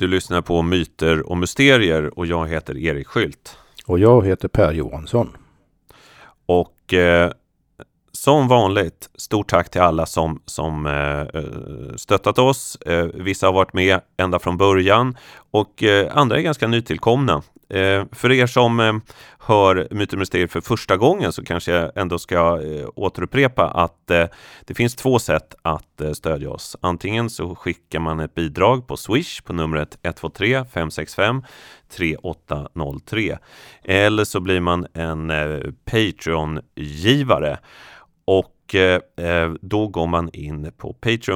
Du lyssnar på Myter och Mysterier och jag heter Erik Skylt. Och jag heter Per Johansson. Och som vanligt, stort tack till alla som stöttat oss. Vissa har varit med ända från början och andra är ganska nytillkomna. För er som hör Myter och Mysterier för första gången så kanske jag ändå ska återupprepa att det finns två sätt att stödja oss. Antingen så skickar man ett bidrag på Swish på numret 123 565 3803 eller så blir man en Patreon-givare. Och då går man in på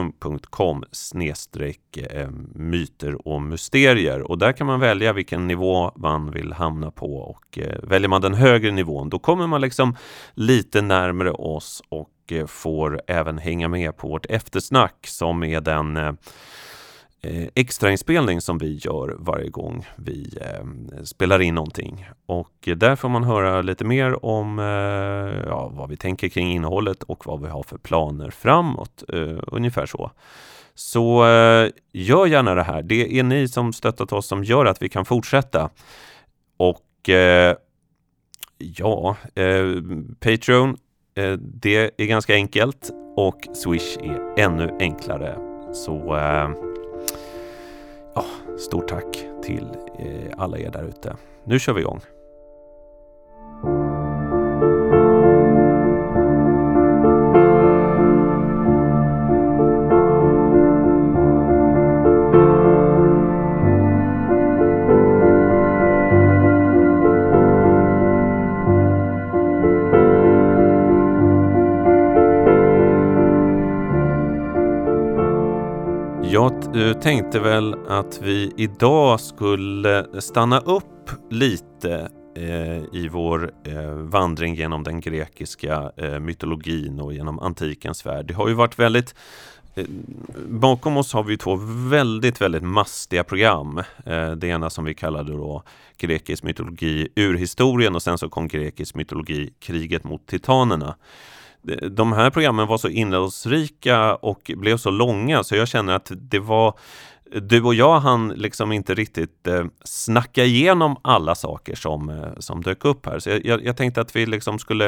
patreon.com/myter och mysterier och där kan man välja vilken nivå man vill hamna på och väljer man den högre nivån då kommer man liksom lite närmare oss och får även hänga med på vårt eftersnack som är den extrainspelning som vi gör varje gång vi spelar in någonting. Och där får man höra lite mer om vad vi tänker kring innehållet och vad vi har för planer framåt. Ungefär så. Så gör gärna det här. Det är ni som stöttat oss som gör att vi kan fortsätta. Och Patreon, det är ganska enkelt och Swish är ännu enklare. Så stort tack till alla er där ute. Nu kör vi igång. Jag tänkte väl att vi idag skulle stanna upp lite i vår vandring genom den grekiska mytologin och genom antikens värld. Det har ju varit väldigt... Bakom oss har vi två väldigt, väldigt mastiga program. Det ena som vi kallade då grekisk mytologi urhistorien och sen så kom grekisk mytologi kriget mot titanerna. De här programmen var så innehållsrika och blev så långa så jag känner att det var du och jag han liksom inte riktigt snacka igenom alla saker som dök upp här. Så jag tänkte att vi liksom skulle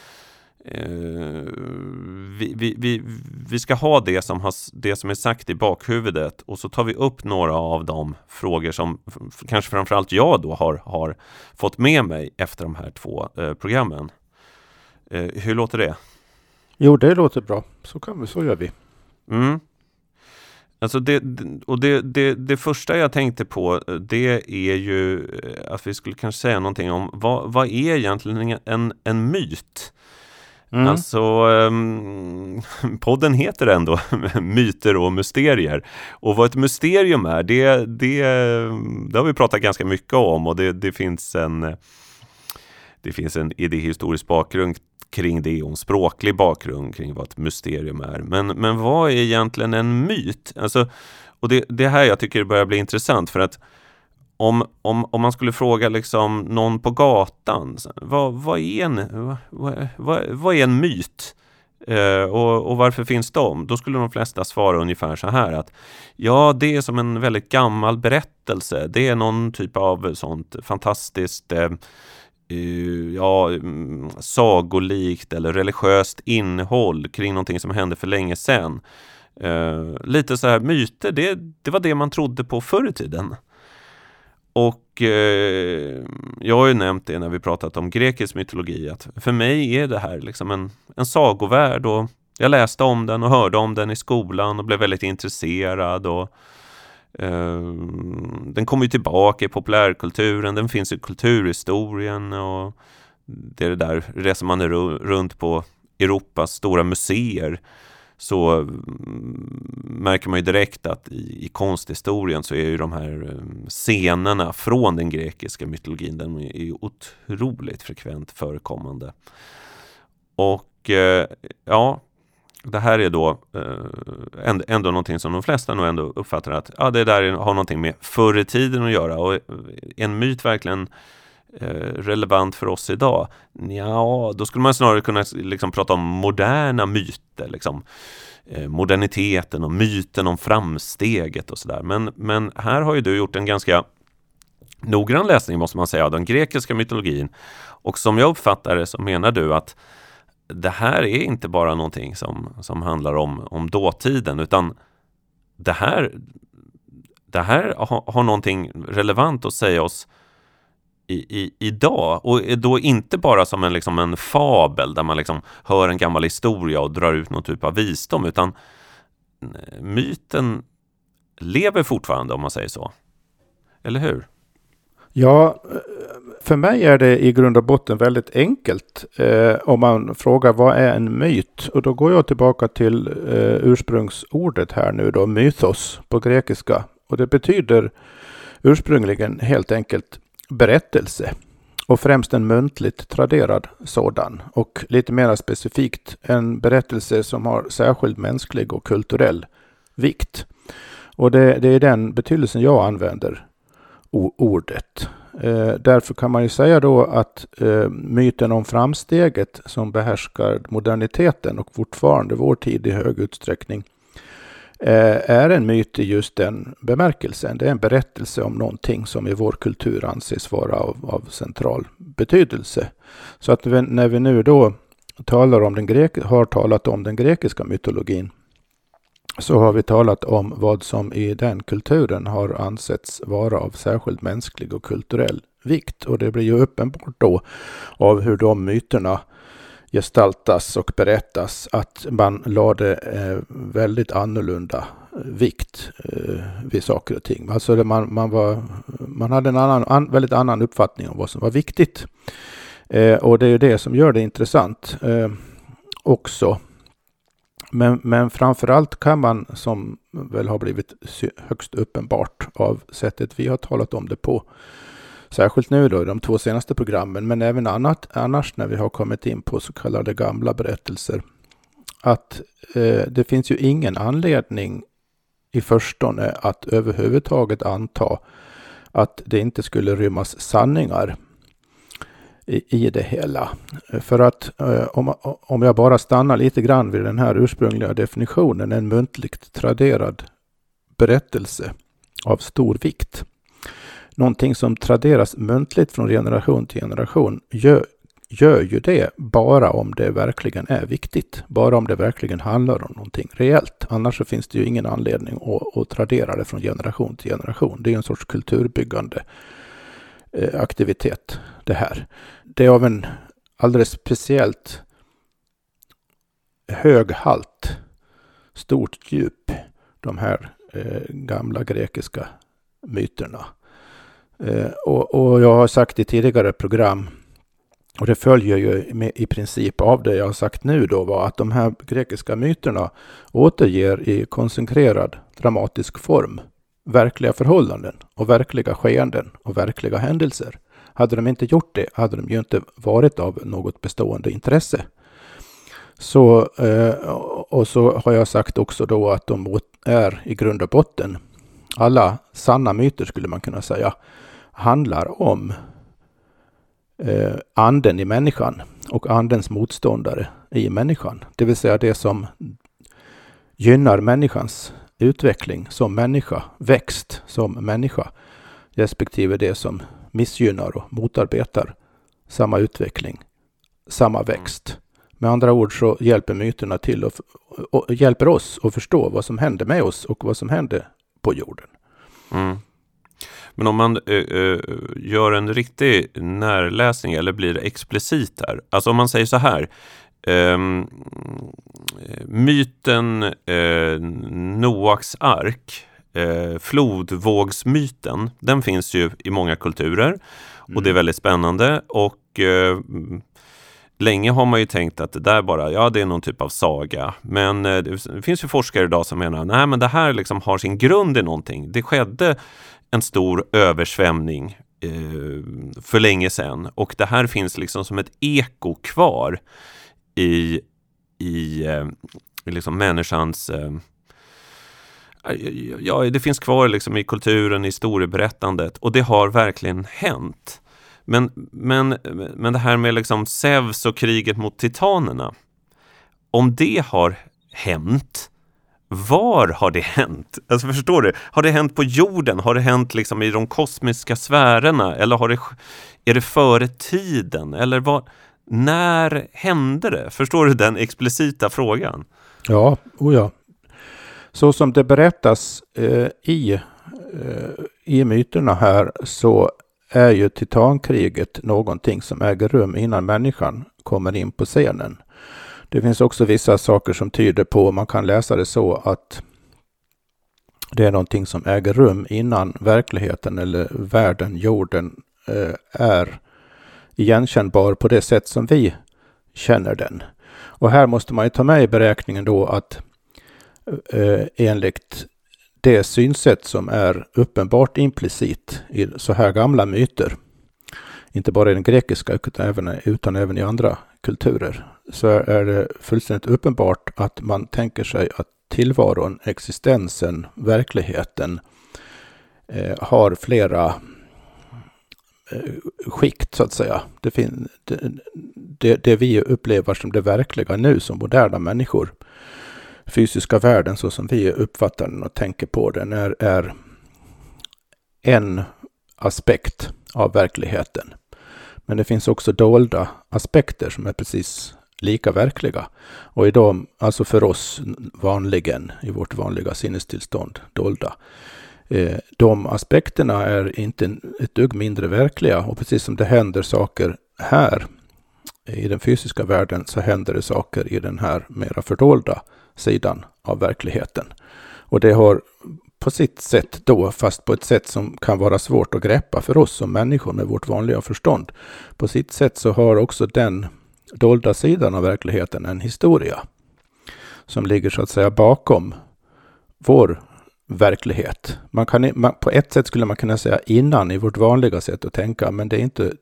vi ska ha det som är sagt i bakhuvudet och så tar vi upp några av de frågor som kanske framförallt jag då har fått med mig efter de här två programmen. Hur låter det? Jo, det låter bra. Så gör vi. Mm. Alltså det första jag tänkte på det är ju att vi skulle kanske säga någonting om vad är egentligen en myt? Mm. Alltså podden heter ändå Myter och Mysterier och vad ett mysterium är det har vi pratat ganska mycket om och det finns en idéhistorisk bakgrund kring det och en språklig bakgrund kring vad ett mysterium är. Men vad är egentligen en myt? Alltså, och det här jag tycker börjar bli intressant för att om man skulle fråga liksom någon på gatan vad är en myt? Och varför finns de? Då skulle de flesta svara ungefär så här att ja, det är som en väldigt gammal berättelse. Det är någon typ av sånt fantastiskt sagolikt eller religiöst innehåll kring någonting som hände för länge sedan. Lite så här myter, det var det man trodde på förr i tiden. Och jag har ju nämnt det när vi pratat om grekisk mytologi att för mig är det här liksom en sagovärld och jag läste om den och hörde om den i skolan och blev väldigt intresserad och den kommer ju tillbaka i populärkulturen, den finns i kulturhistorien och det där reser man runt på Europas stora museer så märker man ju direkt att i konsthistorien så är ju de här scenerna från den grekiska mytologin den är ju otroligt frekvent förekommande. Och det här är då ändå någonting som de flesta nog ändå uppfattar att det där har någonting med förr i tiden att göra och en myt verkligen relevant för oss idag? Ja, då skulle man snarare kunna liksom prata om moderna myter, liksom. Moderniteten och myten om framsteget och sådär. Men här har ju du gjort en ganska noggrann läsning, måste man säga, av den grekiska mytologin. Och som jag uppfattar det så menar du att det här är inte bara någonting som handlar om dåtiden, utan det här har någonting relevant att säga oss idag. Och då inte bara som en fabel där man liksom hör en gammal historia och drar ut någon typ av visdom, utan myten lever fortfarande, om man säger så. Eller hur? Ja, för mig är det i grund och botten väldigt enkelt om man frågar vad är en myt? Och då går jag tillbaka till ursprungsordet här nu då, mythos på grekiska. Och det betyder ursprungligen helt enkelt berättelse. Och främst en muntligt traderad sådan. Och lite mer specifikt en berättelse som har särskild mänsklig och kulturell vikt. Och det är den betydelsen jag använder ordet. Därför kan man ju säga då att myten om framsteget som behärskar moderniteten och fortfarande vår tid i hög utsträckning är en myt i just den bemärkelsen. Det är en berättelse om någonting som i vår kultur anses vara av central betydelse. Så att när vi nu då har talat om den grekiska mytologin, så har vi talat om vad som i den kulturen har ansetts vara av särskild mänsklig och kulturell vikt. Och det blir ju uppenbart då av hur de myterna gestaltas och berättas att man lade väldigt annorlunda vikt vid saker och ting. Alltså man hade en väldigt annan uppfattning om vad som var viktigt. Och det är ju det som gör det intressant också. Men framförallt kan man, som väl har blivit högst uppenbart av sättet vi har talat om det på, särskilt nu då i de 2 senaste programmen, men även annars när vi har kommit in på så kallade gamla berättelser, att det finns ju ingen anledning i förstone att överhuvudtaget anta att det inte skulle rymmas sanningar i det hela. För att om jag bara stannar lite grann vid den här ursprungliga definitionen, en muntligt traderad berättelse av stor vikt. Någonting som traderas muntligt från generation till generation gör ju det bara om det verkligen är viktigt. Bara om det verkligen handlar om någonting reellt. Annars så finns det ju ingen anledning att tradera det från generation till generation. Det är en sorts kulturbyggande aktivitet det här. Det är av en alldeles speciellt hög halt, stort djup, de här gamla grekiska myterna. Och jag har sagt i tidigare program, och det följer ju med i princip av det jag har sagt nu då, var att de här grekiska myterna återger i koncentrerad dramatisk form verkliga förhållanden och verkliga skeenden och verkliga händelser. Hade de inte gjort det hade de ju inte varit av något bestående intresse. Och så har jag sagt också då att de är i grund och botten, alla sanna myter skulle man kunna säga, handlar om anden i människan och andens motståndare i människan. Det vill säga det som gynnar människans utveckling som människa, växt som människa, respektive det som missgynnar och motarbetar samma utveckling, samma växt. Med andra ord så hjälper myterna till och hjälper oss att förstå vad som händer med oss och vad som händer på jorden. Mm. Men om man gör en riktig närläsning eller blir explicit här, alltså om man säger så här, myten Noaks ark, flodvågsmyten, den finns ju i många kulturer och det är väldigt spännande, och länge har man ju tänkt att det där bara, ja, det är någon typ av saga. Men det finns ju forskare idag som menar, nej, men det här liksom har sin grund i någonting. Det skedde en stor översvämning för länge sedan, och det här finns liksom som ett eko kvar i liksom människans ja, det finns kvar liksom i kulturen, i historieberättandet, och det har verkligen hänt. Men det här med liksom Zeus och kriget mot titanerna, om det har hänt, var har det hänt? Alltså förstår du? Har det hänt på jorden? Har det hänt liksom i de kosmiska sfärerna? Eller är det före tiden? Eller när hände det? Förstår du den explicita frågan? Ja, ja. Så som det berättas i myterna här, så är ju titankriget någonting som äger rum innan människan kommer in på scenen. Det finns också vissa saker som tyder på, man kan läsa det så, att det är någonting som äger rum innan verkligheten eller världen, jorden, är igenkännbar på det sätt som vi känner den. Och här måste man ju ta med i beräkningen då att enligt det synsätt som är uppenbart implicit i så här gamla myter, inte bara i den grekiska utan även i andra kulturer, så är det fullständigt uppenbart att man tänker sig att tillvaron, existensen, verkligheten har flera skikt så att säga. Det vi upplever som det verkliga nu som moderna människor, fysiska världen så som vi uppfattar den och tänker på den, är en aspekt av verkligheten. Men det finns också dolda aspekter som är precis lika verkliga. Och i dem, alltså för oss vanligen, i vårt vanliga sinnestillstånd, dolda. De aspekterna är inte ett dugg mindre verkliga. Och precis som det händer saker här i den fysiska världen, så händer det saker i den här mera fördolda sidan av verkligheten. Och det har på sitt sätt då, fast på ett sätt som kan vara svårt att greppa för oss som människor med vårt vanliga förstånd. På sitt sätt så har också den dolda sidan av verkligheten en historia som ligger så att säga bakom vår verklighet. På ett sätt skulle man kunna säga innan i vårt vanliga sätt att tänka, men det är inte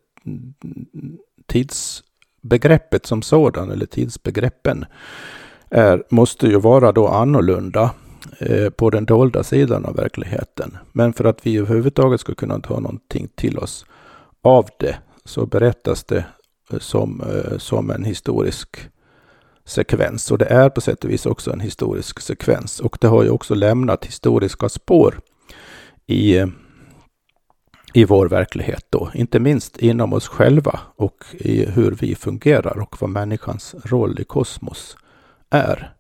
tidsbegreppet som sådan, eller tidsbegreppen måste ju vara då annorlunda på den dolda sidan av verkligheten. Men för att vi överhuvudtaget ska kunna ta någonting till oss av det, så berättas det som en historisk sekvens. Och det är på sätt och vis också en historisk sekvens. Och det har ju också lämnat historiska spår i vår verklighet då. Inte minst inom oss själva och i hur vi fungerar och vad människans roll i kosmos är.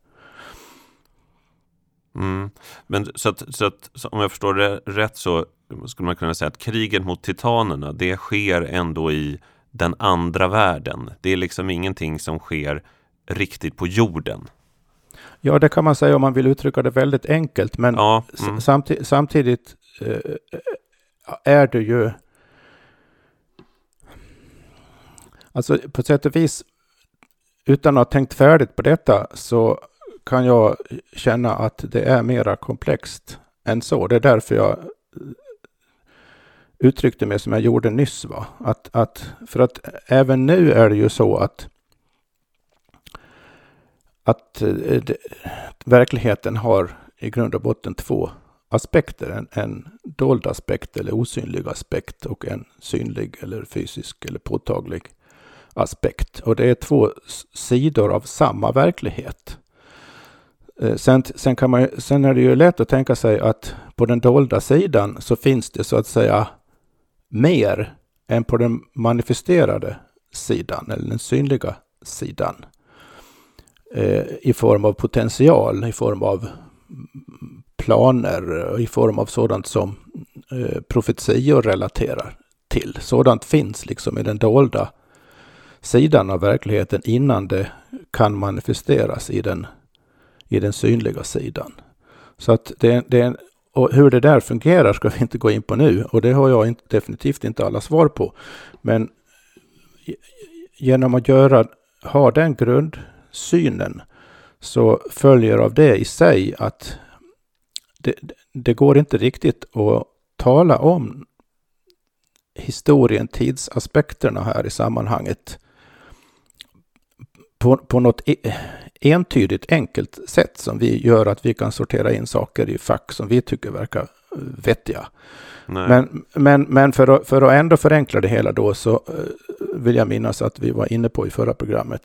Men så att om jag förstår det rätt, så skulle man kunna säga att kriget mot titanerna, det sker ändå i den andra världen. Det är liksom ingenting som sker riktigt på jorden. Ja, det kan man säga om man vill uttrycka det väldigt enkelt. Men ja, samtidigt är det ju, alltså på sätt och vis, utan att ha tänkt färdigt på detta, så kan jag känna att det är mera komplext än så. Det är därför jag uttryckte mig som jag gjorde nyss. För att även nu är det ju så att verkligheten har i grund och botten två aspekter. En dold aspekt eller osynlig aspekt och en synlig eller fysisk eller påtaglig aspekt. Och det är två sidor av samma verklighet. Sen är det ju lätt att tänka sig att på den dolda sidan så finns det så att säga mer än på den manifesterade sidan eller den synliga sidan. I form av potential, i form av planer, i form av sådant som profetior relaterar till. Sådant finns liksom i den dolda sidan av verkligheten innan det kan manifesteras i den synliga sidan. Så att och hur det där fungerar ska vi inte gå in på nu, och det har jag definitivt inte alla svar på. Men genom att ha den grundsynen så följer av det i sig att det går inte riktigt att tala om historien, tidsaspekterna här i sammanhanget på något entydigt enkelt sätt som vi gör att vi kan sortera in saker i fack som vi tycker verkar vettiga. Men för att ändå förenkla det hela då, så vill jag minnas att vi var inne på i förra programmet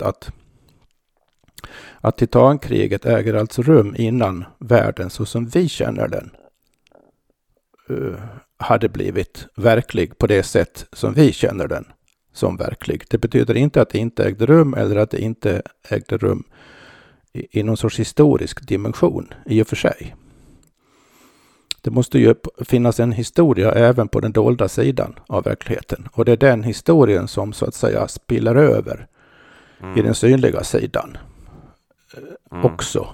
att titankriget äger alltså rum innan världen så som vi känner den hade blivit verklig på det sätt som vi känner den som verklig. Det betyder inte att det inte ägde rum eller att det inte ägde rum i någon sorts historisk dimension i och för sig. Det måste ju finnas en historia även på den dolda sidan av verkligheten. Och det är den historien som så att säga spiller över i den synliga sidan också.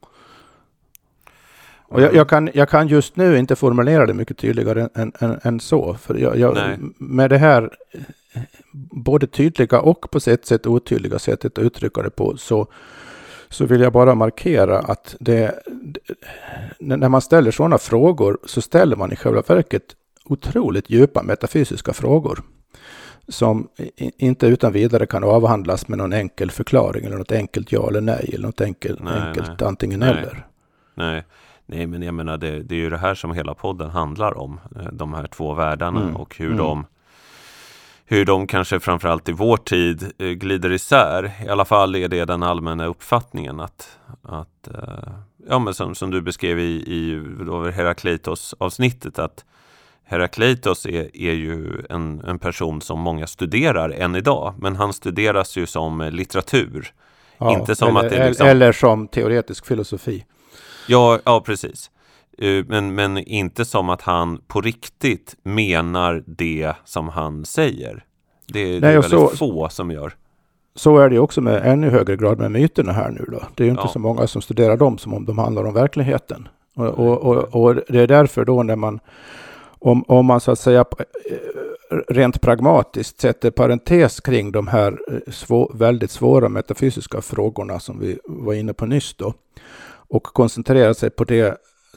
Och jag kan just nu inte formulera det mycket tydligare än så. För jag med det här både tydliga och på sätt otydliga sättet att uttrycka det på, så vill jag bara markera att när man ställer sådana frågor så ställer man i själva verket otroligt djupa metafysiska frågor som inte utan vidare kan avhandlas med någon enkel förklaring eller något enkelt ja eller nej eller något enkelt antingen eller. Nej, men jag menar det är ju det här som hela podden handlar om, de här två världarna och hur de kanske framförallt i vår tid glider isär. I alla fall är det den allmänna uppfattningen att ja, men som du beskrev i Herakleitos-avsnittet, att Herakleitos är ju en person som många studerar än idag, men han studeras ju som litteratur. Ja, inte som eller, att det liksom... eller som teoretisk filosofi. Ja, precis. Men inte som att han på riktigt menar det som han säger. Det är väldigt få som gör. Så är det också med ännu högre grad med myterna här nu då. Det är ju inte så många som studerar dem som om de handlar om verkligheten. Och det är därför då när man om man så att säga rent pragmatiskt sätter parentes kring de här väldigt svåra metafysiska frågorna som vi var inne på nyss då, och koncentrerar sig på det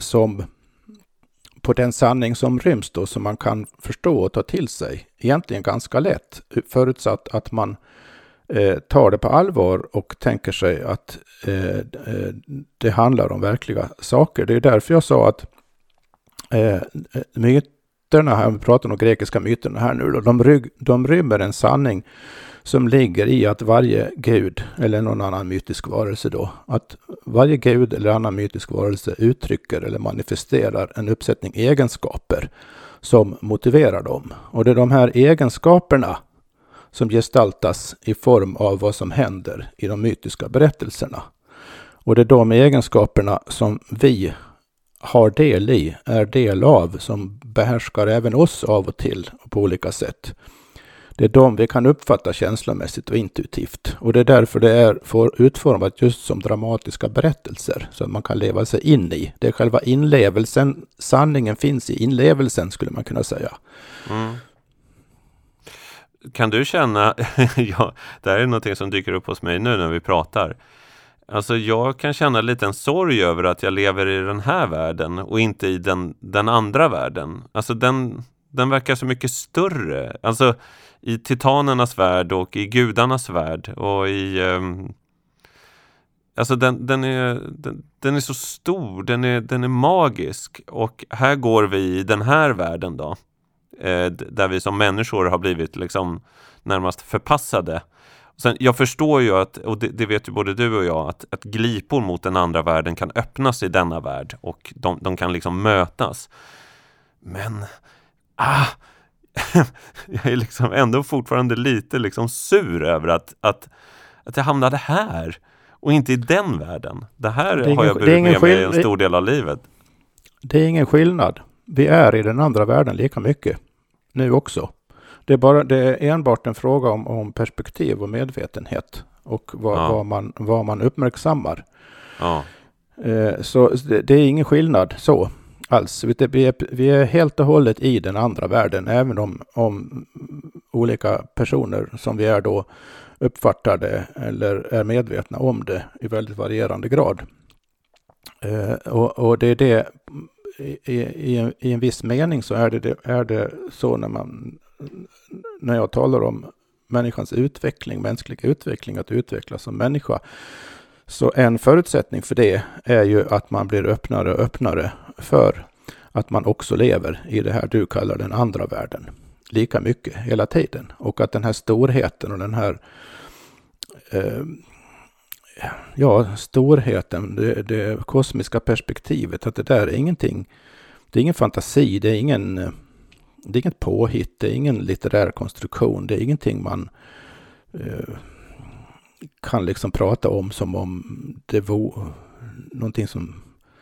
på den sanning som ryms då, som man kan förstå och ta till sig egentligen ganska lätt, förutsatt att man tar det på allvar och tänker sig att det handlar om verkliga saker. Det är därför jag sa att myterna här, vi pratar om de grekiska myterna här nu då, de rymmer en sanning som ligger i att varje gud eller någon annan mytisk varelse då, att varje gud eller annan mytisk varelse uttrycker eller manifesterar en uppsättning egenskaper som motiverar dem. Och det är de här egenskaperna som gestaltas i form av vad som händer i de mytiska berättelserna. Och det är de egenskaperna som vi har del i, är del av, som behärskar även oss av och till på olika sätt. Det är de vi kan uppfatta känslomässigt och intuitivt. Och det är därför det är utformat just som dramatiska berättelser som man kan leva sig in i. Det är själva inlevelsen, sanningen finns i inlevelsen skulle man kunna säga. Kan du känna, det här är något som dyker upp hos mig nu när vi pratar. Alltså jag kan känna lite en sorg över att jag lever i den här världen och inte i den andra världen. Alltså den verkar så mycket större. Alltså i titanernas värld och i gudarnas värld och i... alltså den är så stor, den är magisk. Och här går vi i den här världen då. Där vi som människor har blivit liksom närmast förpassade. Sen, jag förstår ju att, och det vet ju både du och jag, att glipor mot den andra världen kan öppnas i denna värld och de kan liksom mötas. Men jag är liksom ändå fortfarande lite liksom sur över att jag hamnade här och inte i den världen. Det här har jag burit med mig en stor del av livet. Det är ingen skillnad. Vi är i den andra världen lika mycket nu också. Det är enbart en fråga om perspektiv och medvetenhet och vad man uppmärksammar. Ja. Så det är ingen skillnad så alls. Vi är helt och hållet i den andra världen, även om olika personer som vi är då uppfattar det eller är medvetna om det i väldigt varierande grad. Och det är det i en viss mening så är det så när jag talar om människans utveckling, mänsklig utveckling, att utvecklas som människa, så en förutsättning för det är ju att man blir öppnare och öppnare för att man också lever i det här du kallar den andra världen lika mycket hela tiden. Och att den här storheten och den här storheten, det kosmiska perspektivet, att det där är ingenting, det är ingen fantasi, det är inget påhitt, det är ingen litterär konstruktion, det är ingenting man kan liksom prata om som om det var någonting som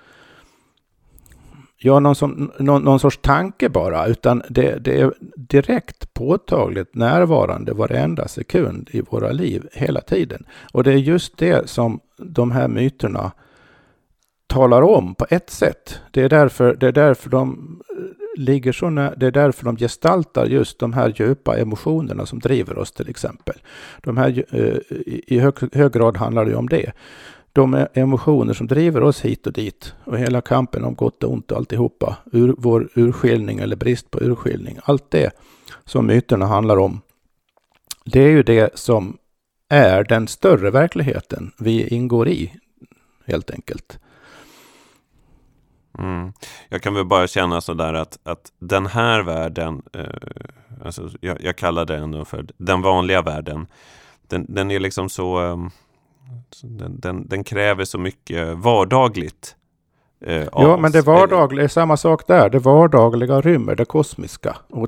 någon sorts tanke bara, utan det är direkt påtagligt närvarande varenda sekund i våra liv hela tiden. Och det är just det som de här myterna talar om på ett sätt. Det är därför de ligger så det är därför de gestaltar just de här djupa emotionerna som driver oss till exempel. De här, i hög grad handlar det om det. De emotioner som driver oss hit och dit och hela kampen om gott och ont och alltihopa, vår urskiljning eller brist på urskiljning, allt det som myterna handlar om, det är ju det som är den större verkligheten vi ingår i, helt enkelt. Jag kan väl bara känna sådär att den här världen, alltså jag kallar den för den vanliga världen, den är liksom så... Den kräver så mycket vardagligt. Ja, men det vardagliga är samma sak där. Det vardagliga rymmer det kosmiska. Och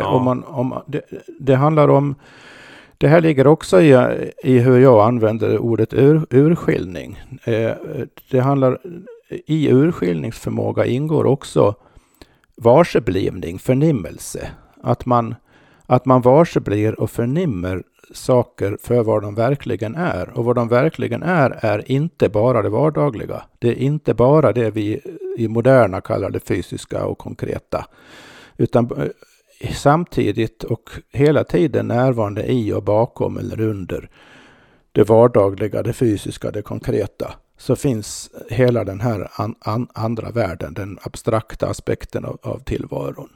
det handlar om... Det här ligger också i hur jag använder ordet urskiljning. Det handlar... I urskiljningsförmåga ingår också varseblivning, förnimmelse. Att man varseblir och förnimmer saker för vad de verkligen är. Och vad de verkligen är inte bara det vardagliga. Det är inte bara det vi i moderna kallar det fysiska och konkreta. Utan samtidigt och hela tiden närvarande i och bakom eller under det vardagliga, det fysiska, det konkreta, så finns hela den här andra världen, den abstrakta aspekten av tillvaron.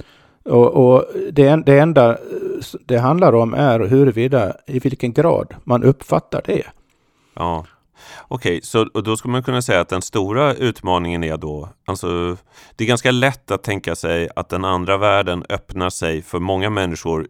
Och det enda det handlar om är huruvida, i vilken grad man uppfattar det. Ja, okej, så och då skulle man kunna säga att den stora utmaningen är då, alltså det är ganska lätt att tänka sig att den andra världen öppnar sig för många människor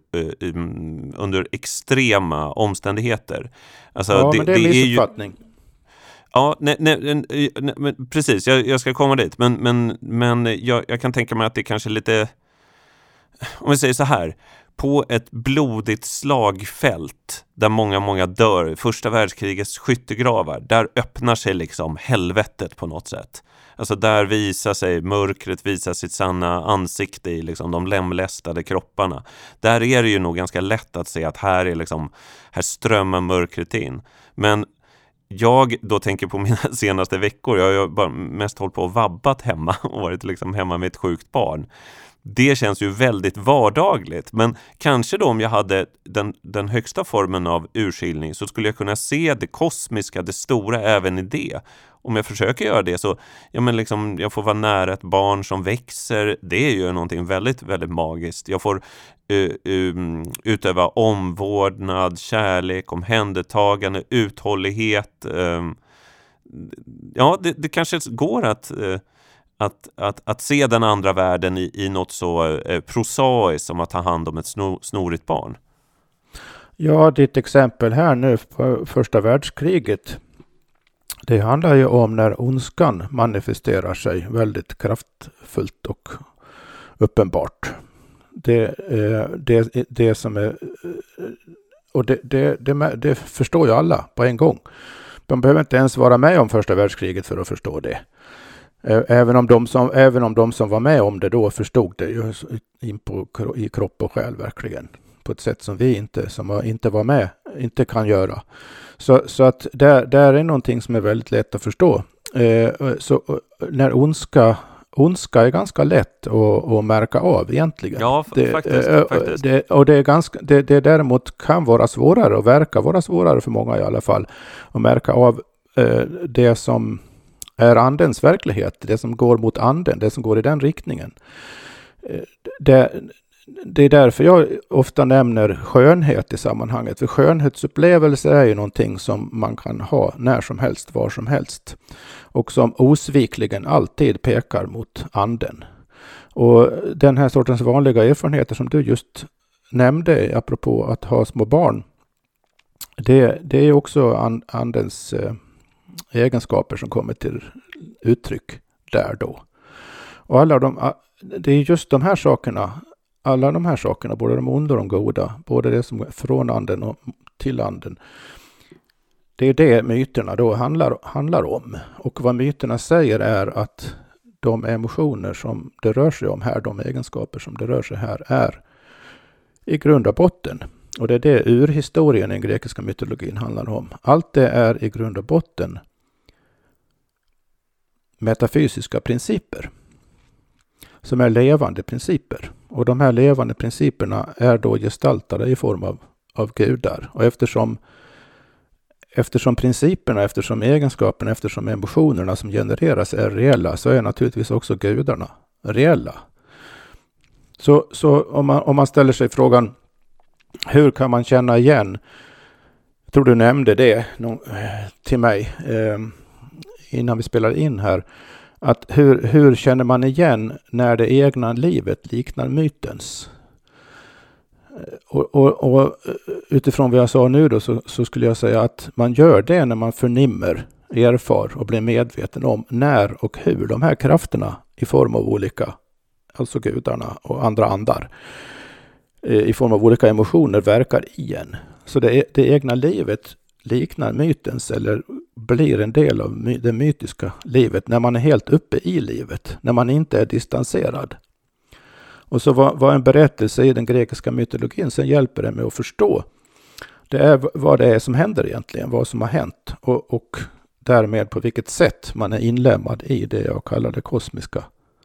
under extrema omständigheter. Alltså, ja, men det är en missuppfattning. Ja, nej, precis, jag ska komma dit. Men jag kan tänka mig att det kanske är lite, om vi säger så här, på ett blodigt slagfält där många dör, första världskrigets skyttegravar, där öppnar sig liksom helvetet på något sätt. Alltså där visar sig mörkret, visar sitt sanna ansikte i liksom de lemlästade kropparna. Där är det ju nog ganska lätt att se att här strömmar mörkret in. Men jag då tänker på mina senaste veckor, jag har ju bara mest hållit på och vabbat hemma och varit liksom hemma med ett sjukt barn. Det känns ju väldigt vardagligt, men kanske då om jag hade den högsta formen av urskiljning så skulle jag kunna se det kosmiska, det stora även i det. Om jag försöker göra det så, jag får vara nära ett barn som växer, det är ju någonting väldigt, väldigt magiskt. Jag får utöva omvårdnad, kärlek, omhändertagande, uthållighet. Ja, det kanske går att se den andra världen i något så prosaiskt som att ta hand om ett snorigt barn. Ja, ditt exempel här nu på första världskriget, det handlar ju om när ondskan manifesterar sig väldigt kraftfullt och uppenbart. Det som är, och det förstår ju alla på en gång. De behöver inte ens vara med om första världskriget för att förstå det. Även om de som var med om det då förstod det ju i kropp och själ verkligen. På ett sätt som vi som inte var med inte kan göra. Så att där är någonting som är väldigt lätt att förstå. Så när ondska är ganska lätt att märka av egentligen. Ja, faktiskt. Det däremot kan vara svårare och verka vara svårare för många i alla fall. Att märka av det som är andens verklighet, det som går mot anden, det som går i den riktningen. Det är därför jag ofta nämner skönhet i sammanhanget. För skönhetsupplevelser är ju någonting som man kan ha när som helst, var som helst. Och som osvikligen alltid pekar mot anden. Och den här sortens vanliga erfarenheter som du just nämnde, apropå att ha små barn, det är också andens egenskaper som kommer till uttryck där då. Och det är just de här sakerna, alla de här sakerna, både de onda och de goda, både det som är från anden och till anden, det är det myterna då handlar om. Och vad myterna säger är att de emotioner som det rör sig om här, de egenskaper som det rör sig här, är i grund och botten. Och det är det urhistorien i den grekiska mytologin handlar om. Allt det är i grund och botten metafysiska principer som är levande principer. Och de här levande principerna är då gestaltade i form av gudar. Och eftersom principerna, eftersom egenskaperna, eftersom emotionerna som genereras är reella, så är naturligtvis också gudarna reella. Så om man ställer sig frågan, hur kan man känna igen, jag tror du nämnde det till mig innan vi spelade in här, att hur känner man igen när det egna livet liknar mytens? Och utifrån vad jag sa nu då, så skulle jag säga att man gör det när man förnimmer, erfar och blir medveten om när och hur de här krafterna i form av olika, alltså gudarna och andra andar, i form av olika emotioner verkar i en. Så det egna livet liknar mytens eller blir en del av det mytiska livet när man är helt uppe i livet, när man inte är distanserad. Och så vad en berättelse i den grekiska mytologin sen hjälper det med att förstå, det är vad det är som händer egentligen, vad som har hänt och därmed på vilket sätt man är inlämnad i det jag kallar det kosmiska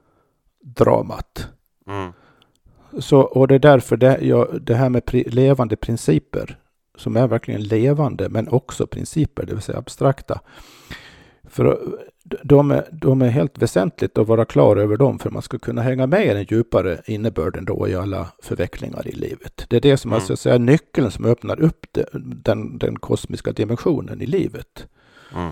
dramat. Mm. Och det är därför det här med levande principer, som är verkligen levande men också principer, det vill säga abstrakta. För de är helt väsentligt att vara klar över dem för man ska kunna hänga med i den djupare innebörden då i alla förvecklingar i livet. Det är det som alltså är nyckeln som öppnar upp den kosmiska dimensionen i livet. Mm.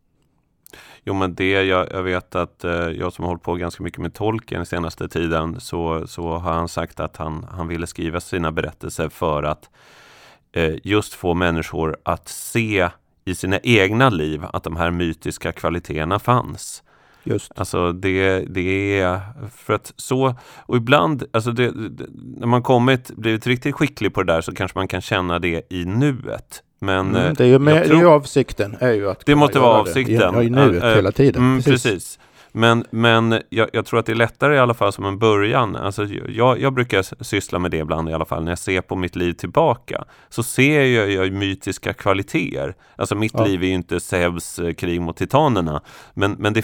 Jo, men jag vet att jag som har hållit på ganska mycket med Tolkien den senaste tiden, så har han sagt att han ville skriva sina berättelser för att just få människor att se i sina egna liv att de här mytiska kvaliteterna fanns. Just. Alltså det är för att så, och ibland alltså när man blivit riktigt skicklig på det där, så kanske man kan känna det i nuet. Men det är ju avsikten är ju att det måste vara avsikten i nuet hela tiden. Precis. Men jag tror att det är lättare i alla fall som en början. Alltså jag brukar syssla med det ibland i alla fall. När jag ser på mitt liv tillbaka, så ser jag mytiska kvaliteter. Alltså mitt liv är ju inte Zeus krig mot titanerna. Men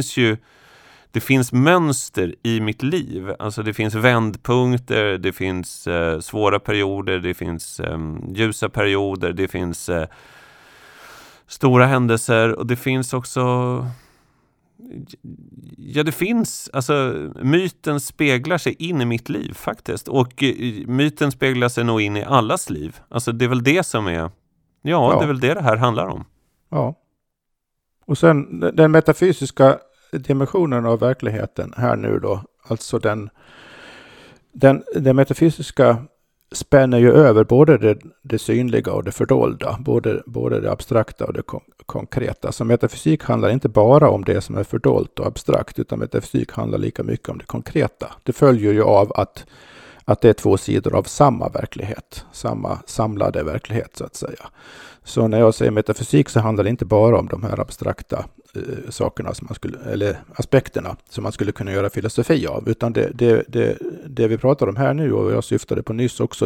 det finns mönster i mitt liv. Alltså det finns vändpunkter, det finns svåra perioder, det finns ljusa perioder, det finns stora händelser, och det finns också... Ja, det finns, alltså myten speglar sig in i mitt liv faktiskt, och myten speglar sig nog in i allas liv. Alltså det är väl det som är, det är väl det här handlar om. Ja. Och sen den metafysiska dimensionen av verkligheten här nu då, alltså den metafysiska spänner ju över både det synliga och det fördolda, både det abstrakta och det konkreta. Så metafysik handlar inte bara om det som är fördolt och abstrakt, utan metafysik handlar lika mycket om det konkreta. Det följer ju av att det är två sidor av samma verklighet, samma samlade verklighet så att säga. Så när jag säger metafysik så handlar det inte bara om de här abstrakta sakerna eller aspekterna som man skulle kunna göra filosofi av, utan det vi pratar om här nu, och jag syftade på nyss också,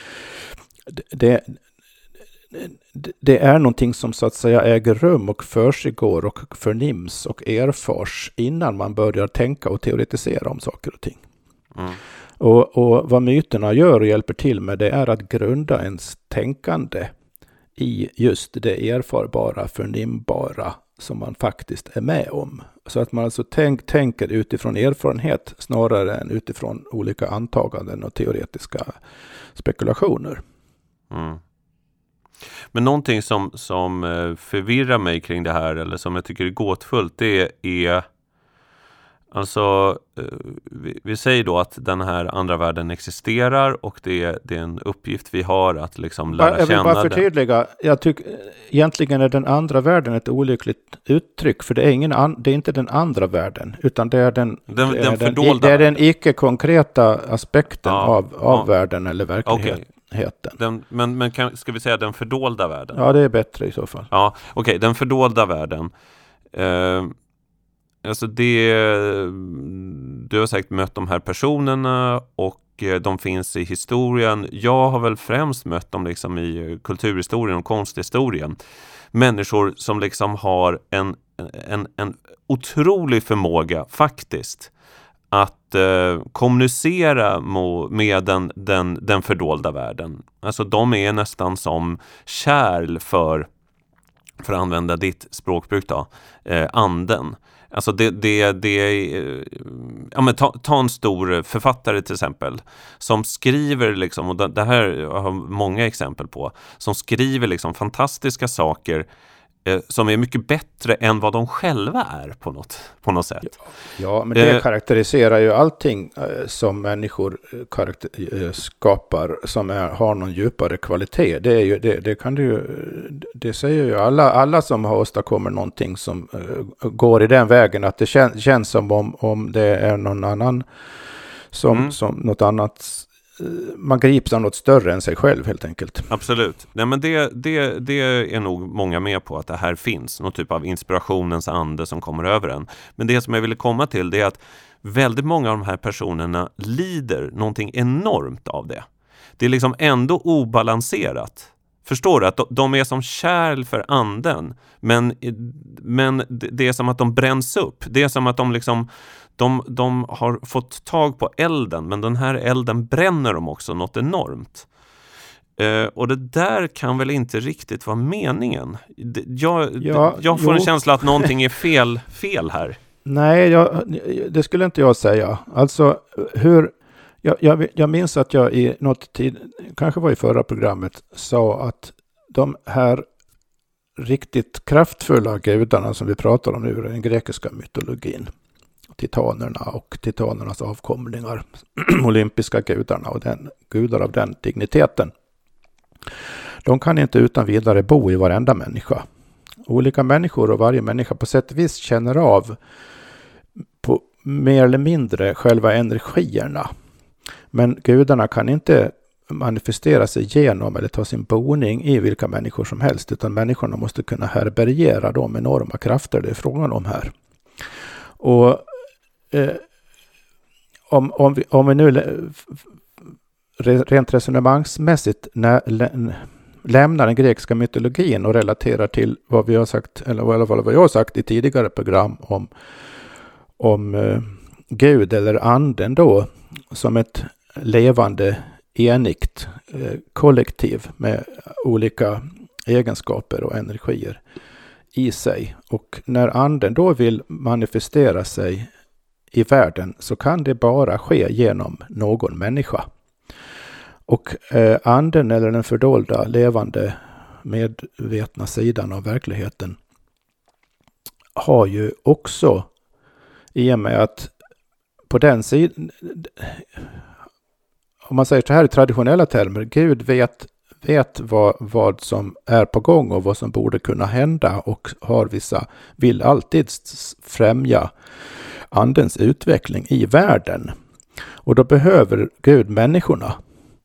det är någonting som så att säga äger rum och försiggår och förnims och erfars innan man börjar tänka och teoretisera om saker och ting. Mm. Och vad myterna gör och hjälper till med, det är att grunda ens tänkande i just det erfarbara, förnimbara som man faktiskt är med om. Så att man alltså tänker utifrån erfarenhet snarare än utifrån olika antaganden och teoretiska spekulationer. Mm. Men någonting som förvirrar mig kring det här, eller som jag tycker är gåtfullt, det är Alltså, vi säger då att den här andra världen existerar och det är en uppgift vi har att liksom lära känna den. Jag vill bara förtydliga. Jag tycker egentligen är den andra världen ett olyckligt uttryck, för det är inte den andra världen, utan det är den fördolda. Det är den icke-konkreta aspekten av världen eller verkligheten. Okay. Ska vi säga den fördolda världen? Ja, det är bättre i så fall. Ja, okej, den fördolda världen. Alltså du har säkert mött de här personerna och de finns i historien. Jag har väl främst mött dem liksom i kulturhistorien och konsthistorien. Människor som liksom har en otrolig förmåga faktiskt att kommunicera med den fördolda världen. Alltså de är nästan som kärl för att använda ditt språkbruk då, anden. Alltså ta en stor författare till exempel som skriver liksom, och det här har många exempel på, som skriver liksom fantastiska saker som är mycket bättre än vad de själva är på något sätt. Ja, men det karaktäriserar ju allting som människor skapar som har någon djupare kvalitet. Det säger ju alla som har åstadkommit någonting som går i den vägen, att det känns som om det är någon annan som något annat. Man grips av något större än sig själv helt enkelt. Absolut. Nej, men det är nog många med på, att det här finns någon typ av inspirationens ande som kommer över en. Men det som jag ville komma till, det är att väldigt många av de här personerna lider någonting enormt av det. Det är liksom ändå obalanserat. Förstår du? Att de är som kärl för anden, men det är som att de bränns upp. Det är som att de liksom de har fått tag på elden, men den här elden bränner dem också något enormt. Och det där kan väl inte riktigt vara meningen. Jag får en känsla att någonting är fel här. Nej, det skulle inte jag säga. Alltså, jag minns att jag i något tid, kanske var i förra programmet, sa att de här riktigt kraftfulla gudarna som vi pratar om nu i den grekiska mytologin, titanerna och titanernas avkomlingar, olympiska gudarna och gudar av den digniteten, de kan inte utan vidare bo i varenda människa. Olika människor och varje människa på sätt och vis känner av på mer eller mindre själva energierna. Men gudarna kan inte manifestera sig genom eller ta sin boning i vilka människor som helst, utan människorna måste kunna härbärgera de enorma krafter det är frågan om här. Och om vi nu rent resonemangsmässigt lämnar den grekiska mytologin och relaterar till vad vi har sagt, eller i alla fall vad jag har sagt i tidigare program om Gud eller anden då, som ett levande, enigt kollektiv med olika egenskaper och energier i sig. Och när anden då vill manifestera sig i världen, så kan det bara ske genom någon människa. Och anden eller den fördolda, levande, medvetna sidan av verkligheten har ju också, i och med att på den sidan, om man säger så här i traditionella termer, Gud vet vad som är på gång och vad som borde kunna hända, och vill alltid främja andens utveckling i världen. Och då behöver Gud människorna.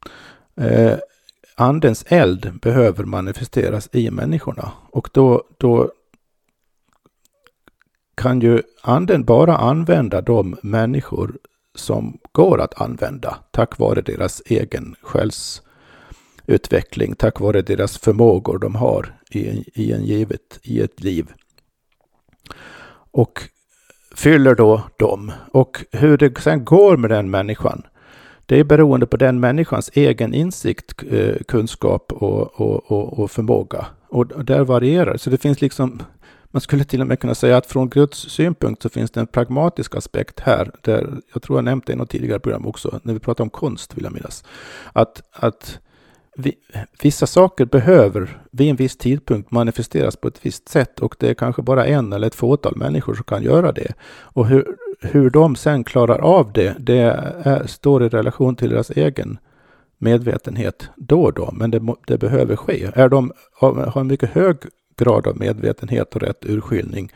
Andens eld behöver manifesteras i människorna. Och då kan ju anden bara använda de människor som går att använda tack vare deras egen själsutveckling, tack vare deras förmågor de har i ett liv. Och fyller då dem. Och hur det sen går med den människan, det är beroende på den människans egen insikt, kunskap och förmåga. Och där varierar. Så det finns liksom, man skulle till och med kunna säga att från Guds synpunkt så finns det en pragmatisk aspekt här. Där jag tror jag nämnt det i något tidigare program också, när vi pratar om konst, vill jag minnas. Att vissa saker behöver vid en viss tidpunkt manifesteras på ett visst sätt, och det är kanske bara en eller ett fåtal människor som kan göra det. Och hur de sen klarar av det står i relation till deras egen medvetenhet då och då, men det behöver ske. Har en mycket hög grad av medvetenhet och rätt urskiljning,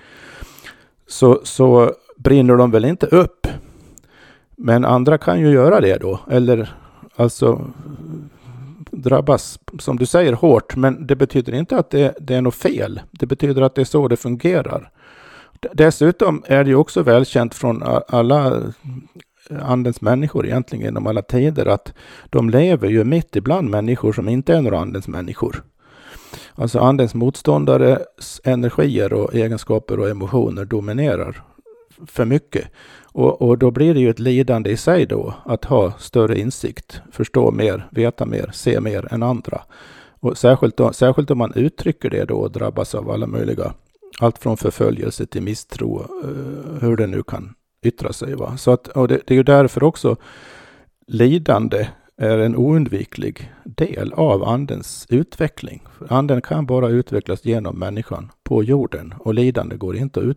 så brinner de väl inte upp. Men andra kan ju göra det då, eller alltså drabbas, som du säger, hårt, men det betyder inte att det är något fel. Det betyder att det är så det fungerar. Dessutom är det ju också välkänt från alla andens människor egentligen genom alla tider att de lever ju mitt ibland människor som inte är några andens människor. Alltså andens motståndares energier och egenskaper och emotioner dominerar för mycket. Och då blir det ju ett lidande i sig då att ha större insikt, förstå mer, veta mer, se mer än andra. Och särskilt om man uttrycker det då och drabbas av alla möjliga, allt från förföljelse till misstro, hur det nu kan yttra sig. Va? Så och det är ju därför också lidande är en oundviklig del av andens utveckling. För anden kan bara utvecklas genom människan på jorden, och lidande går inte att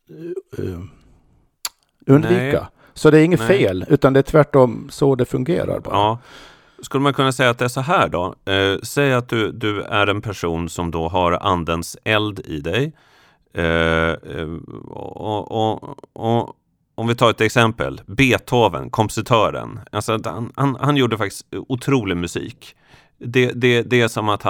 undvika. Nej. Så det är inget fel, utan det är tvärtom så det fungerar bara. Ja. Skulle man kunna säga att det är så här då? Säg att du är en person som då har andens eld i dig. Och om vi tar ett exempel, Beethoven, kompositören. Alltså han gjorde faktiskt otrolig musik. Det är som att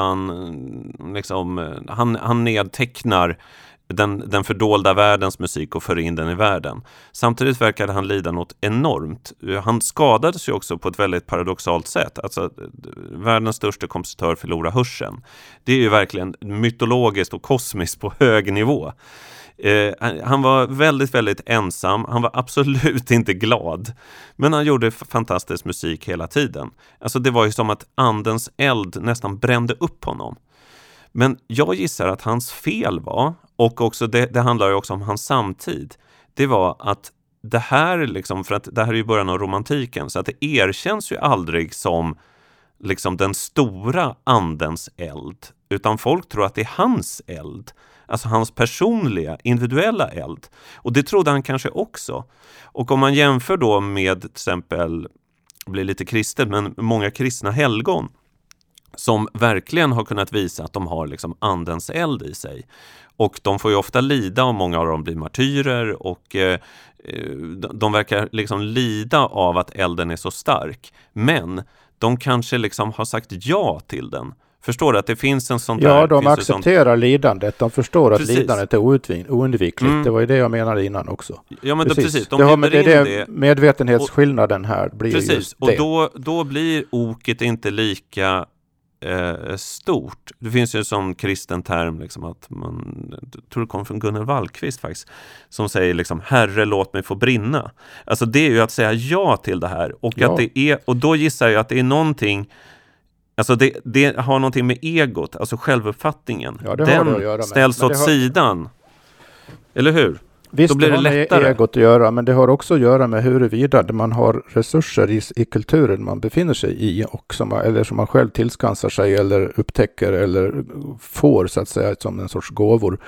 han nedtecknar den fördolda världens musik och för in den i världen. Samtidigt verkade han lida något enormt. Han skadades ju också på ett väldigt paradoxalt sätt. Alltså, världens största kompositör förlorar hörseln. Det är ju verkligen mytologiskt och kosmiskt på hög nivå. Han var väldigt, väldigt ensam. Han var absolut inte glad. Men han gjorde fantastisk musik hela tiden. Alltså det var ju som att andens eld nästan brände upp honom. Men jag gissar att hans fel var, och också det handlar ju också om hans samtid, det var att det här liksom, för att det här är ju början av romantiken, så att det erkänns ju aldrig som liksom den stora andens eld, utan folk tror att det är hans eld, alltså hans personliga, individuella eld. Och det trodde han kanske också. Och om man jämför då med till exempel, blir lite kristet, men många kristna helgon som verkligen har kunnat visa att de har liksom andens eld i sig. Och de får ju ofta lida, och många av dem blir martyrer, och de verkar liksom lida av att elden är så stark. Men de kanske liksom har sagt ja till den. Förstår du att det finns en sån där... Ja, de accepterar lidandet. De förstår att lidandet är oundvikligt. Det var ju det jag menade innan också. Ja, men precis. Det är medvetenhetsskillnaden här blir precis. Just det. Och då blir oket inte lika stort. Det finns ju en sån kristen term liksom, att jag tror det kommer från Gunnar Wallqvist faktiskt, som säger liksom, Herre, låt mig få brinna. Alltså det är ju att säga ja till det här, och att det är, och då gissar jag att det är någonting, alltså det har någonting med egot, alltså självuppfattningen. Ja, det den har det att göra med. ställs åt sidan. Eller hur? Visst, då blir det lättare. Med egot att göra, men det har också att göra med huruvida man har resurser i kulturen man befinner sig i, och som man själv tillskansar sig eller upptäcker eller får så att säga som en sorts gåvor.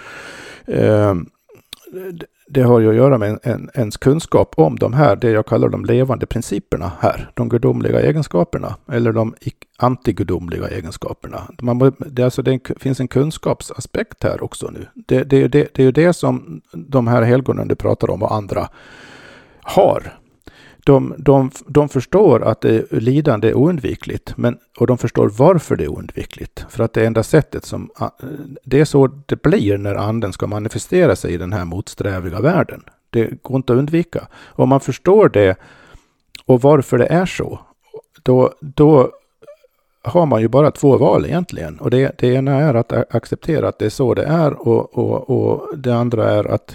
Det har ju att göra med ens kunskap om de här, det jag kallar de levande principerna här, de gudomliga egenskaperna eller de antigudomliga egenskaperna. Det finns en kunskapsaspekt här också nu. Det är ju det som de här helgonen du pratar om och andra har. De förstår att lidande är oundvikligt, och de förstår varför det är oundvikligt. För att det är enda sättet det är så det blir när anden ska manifestera sig i den här motsträviga världen. Det går inte att undvika. Om man förstår det och varför det är så, då har man ju bara två val egentligen. Och det ena är att acceptera att det är så det är, och det andra är att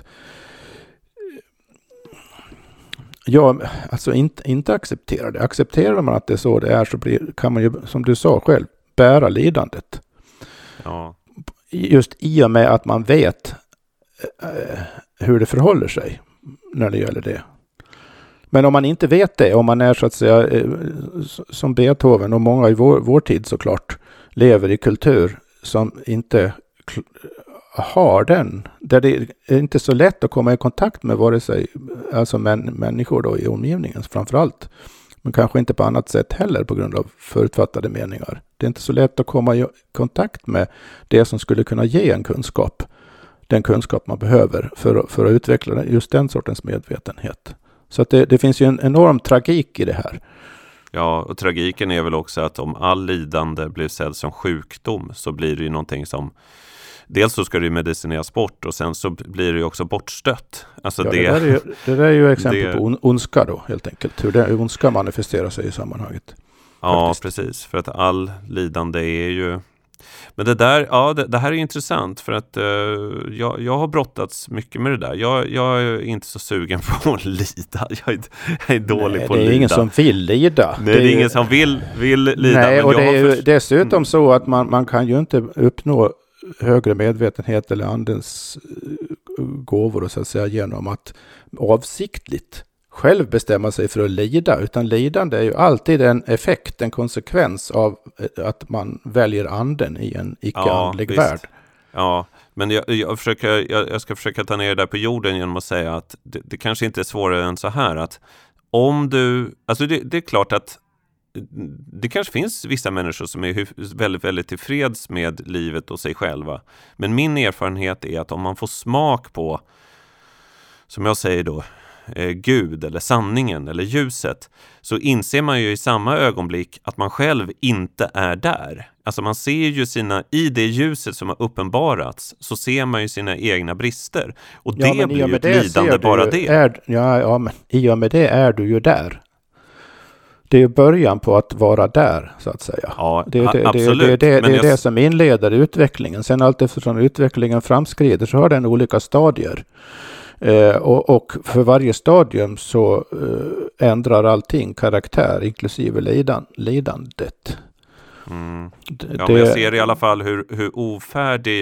alltså inte acceptera det. Accepterar man att det är så det är, så kan man ju, som du sa själv, bära lidandet. Ja. Just i och med att man vet hur det förhåller sig när det gäller det. Men om man inte vet det, om man är så att säga som Beethoven och många i vår tid såklart lever i kultur som inte har den, där det är inte så lätt att komma i kontakt med vare sig alltså människor då i omgivningen framförallt, men kanske inte på annat sätt heller på grund av förutfattade meningar. Det är inte så lätt att komma i kontakt med det som skulle kunna ge en kunskap, den kunskap man behöver för att utveckla just den sortens medvetenhet. Så att det finns ju en enorm tragik i det här. Ja, och tragiken är väl också att om all lidande blir sedd som sjukdom så blir det ju någonting som dels så ska det ju medicineras bort och sen så blir det ju också bortstött. Alltså ja, det där är ju exempel på ondska då helt enkelt. Hur ondska manifesterar sig i sammanhanget. Ja, faktiskt. Precis. För att all lidande är ju... Men det där, ja, det här är intressant för att jag har brottats mycket med det där. Jag är inte så sugen på att lida. Jag är dålig på att lida. Det är ingen som vill lida. Nej, det är ingen som vill lida. Nej, men och det är ju dessutom så att man kan ju inte uppnå högre medvetenhet eller andens gåvor så att säga genom att avsiktligt själv bestämma sig för att lida, utan lidande är ju alltid en effekt, en konsekvens av att man väljer anden i en icke-andlig värld. Ja, men jag ska försöka ta ner det där på jorden genom att säga att det kanske inte är svårare än så här att om du, alltså det är klart att det kanske finns vissa människor som är väldigt, väldigt tillfreds med livet och sig själva. Men min erfarenhet är att om man får smak på, som jag säger då, Gud eller sanningen eller ljuset, så inser man ju i samma ögonblick att man själv inte är där. Alltså man ser ju i det ljuset som har uppenbarats så ser man ju sina egna brister. Och det blir ju ett lidande bara det. Men i och med det är du ju där. Det är början på att vara där, så att säga. Ja, absolut. Det är det som inleder utvecklingen. Sen allt eftersom utvecklingen framskrider så har den olika stadier. Och för varje stadium så ändrar allting karaktär, inklusive lidandet. Men jag ser i alla fall hur ofärdig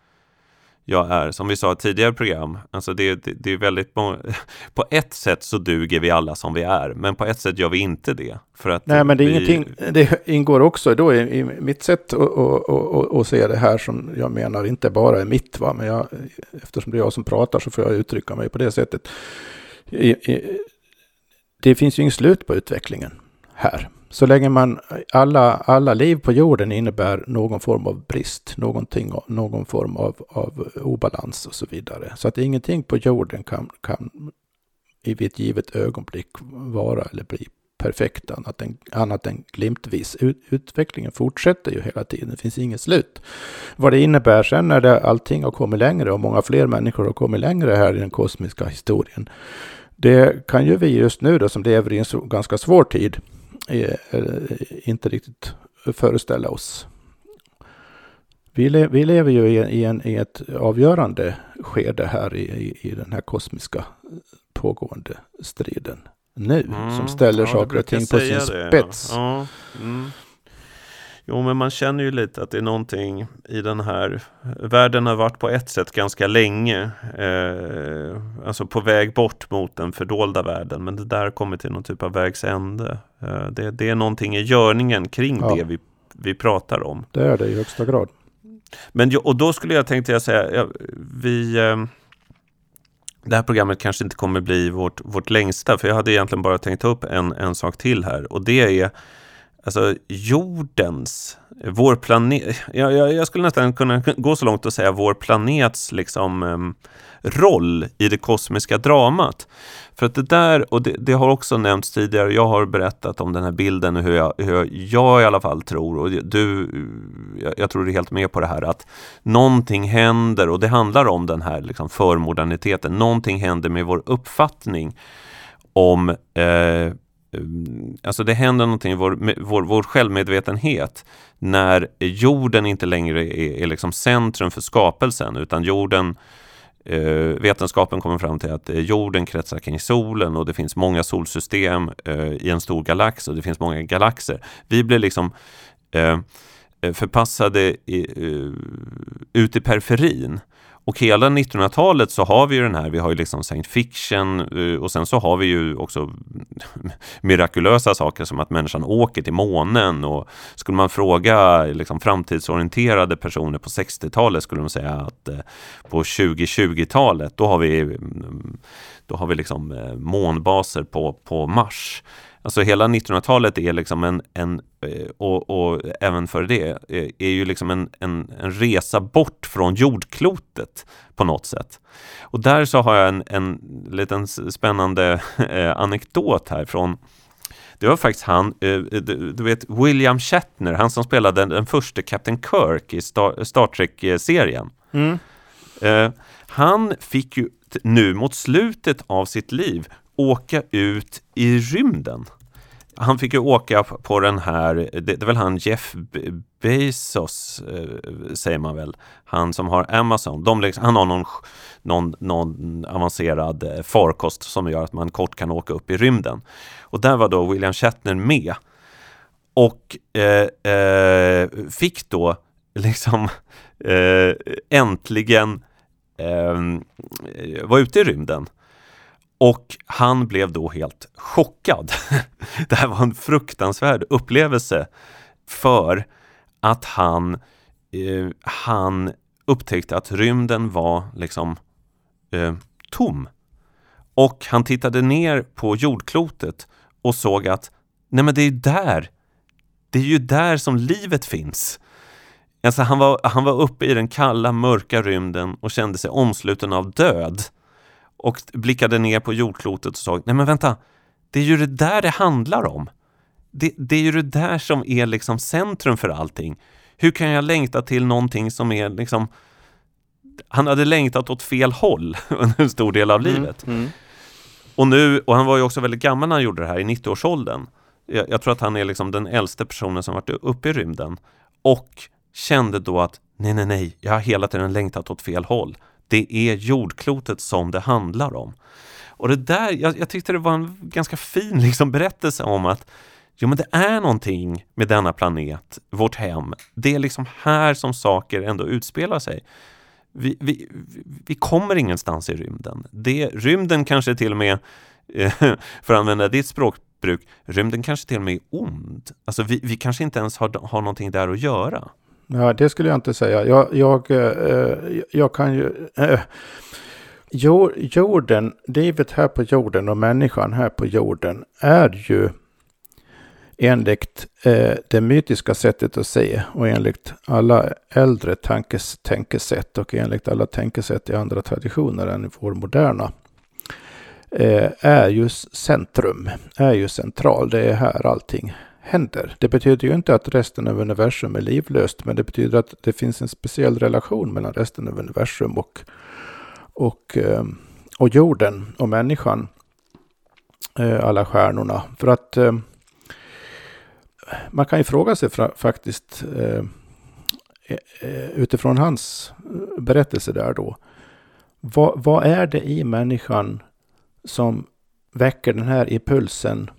jag är. Som vi sa i tidigare program, alltså det är väldigt på ett sätt så duger vi alla som vi är, men på ett sätt gör vi inte det. För att nej, men det är ingenting, det ingår också då i mitt sätt att se det här som jag menar inte bara är mitt, va? Men eftersom det är jag som pratar så får jag uttrycka mig på det sättet. Det finns ju inget slut på utvecklingen här. Så länge man alla liv på jorden innebär någon form av brist, någon form av obalans och så vidare. Så att ingenting på jorden kan i ett givet ögonblick vara eller bli perfekt annat än glimtvis. Utvecklingen fortsätter ju hela tiden, det finns inget slut. Vad det innebär sen när allting har kommit längre och många fler människor har kommit längre här i den kosmiska historien. Det kan ju vi just nu då som lever i en ganska svår tid inte riktigt föreställa oss. Vi lever ju i ett avgörande skede här i den här kosmiska pågående striden nu som ställer saker och ting på sin spets. Ja. Jo, men man känner ju lite att det är någonting i den här världen har varit på ett sätt ganska länge alltså på väg bort mot den fördolda världen, men det där kommer till någon typ av vägs ände. Det är någonting i görningen kring det vi pratar om. Det är det i högsta grad. Men och då skulle jag tänkte säga det här programmet kanske inte kommer bli vårt längsta, för jag hade egentligen bara tänkt ta upp en sak till här, och det är alltså vår planet, jag skulle nästan kunna gå så långt och säga vår planets liksom roll i det kosmiska dramat. För att det där, och det har också nämnts tidigare, jag har berättat om den här bilden och hur jag i alla fall tror, och jag tror det är helt med på det här, att någonting händer, och det handlar om den här liksom förmoderniteten, någonting händer med vår uppfattning om alltså det händer någonting i vår självmedvetenhet när jorden inte längre är liksom centrum för skapelsen, utan vetenskapen kommer fram till att jorden kretsar kring solen och det finns många solsystem i en stor galax och det finns många galaxer. Vi blir liksom förpassade ut i periferin. Och hela 1900-talet så har vi ju den här, vi har ju liksom science fiction och sen så har vi ju också mirakulösa saker som att människan åker till månen, och skulle man fråga liksom framtidsorienterade personer på 60-talet skulle de säga att på 2020-talet då har vi liksom månbaser på Mars. Alltså hela 1900-talet är liksom och även för det är ju liksom en resa bort från jordklotet på något sätt. Och där så har jag en liten spännande anekdot här från, det var faktiskt han, du vet William Shatner, han som spelade den första Captain Kirk i Star Trek-serien. Han fick ju nu mot slutet av sitt liv åka ut i rymden. Han fick ju åka på den här, det är väl han Jeff Bezos säger man väl, han som har Amazon. Han har någon avancerad farkost som gör att man kort kan åka upp i rymden. Och där var då William Shatner med. Och fick då liksom äntligen var ute i rymden. Och han blev då helt chockad. Det här var en fruktansvärd upplevelse för att han upptäckte att rymden var liksom tom. Och han tittade ner på jordklotet och såg att nej men det är ju där som livet finns. Alltså han var uppe i den kalla, mörka rymden och kände sig omsluten av död. Och blickade ner på jordklotet och sa, nej men vänta, det är ju det där det handlar om. Det är ju det där som är liksom centrum för allting. Hur kan jag längta till någonting som är liksom, han hade längtat åt fel håll under en stor del av livet. Och han var ju också väldigt gammal när han gjorde det här i 90-årsåldern. Jag tror att han är liksom den äldste personen som varit uppe i rymden. Och kände då att nej, jag har hela tiden längtat åt fel håll. Det är jordklotet som det handlar om. Och det där, jag tyckte det var en ganska fin liksom berättelse om att men det är någonting med denna planet, vårt hem. Det är liksom här som saker ändå utspelar sig. Vi kommer ingenstans i rymden. Rymden kanske till och med, för att använda ditt språkbruk, rymden kanske till och med är ond. Alltså vi kanske inte ens har någonting där att göra. Ja, det skulle jag inte säga. Jag kan ju... Jorden, livet här på jorden och människan här på jorden är ju enligt det mytiska sättet att se och enligt alla äldre tänkesätt och enligt alla tänkesätt i andra traditioner än i vår moderna är ju centrum, är ju central. Det är här allting händer. Det betyder ju inte att resten av universum är livlöst, men det betyder att det finns en speciell relation mellan resten av universum och jorden och människan, alla stjärnorna. För att man kan ju fråga sig faktiskt utifrån hans berättelse där då, vad är det i människan som väcker den här impulsen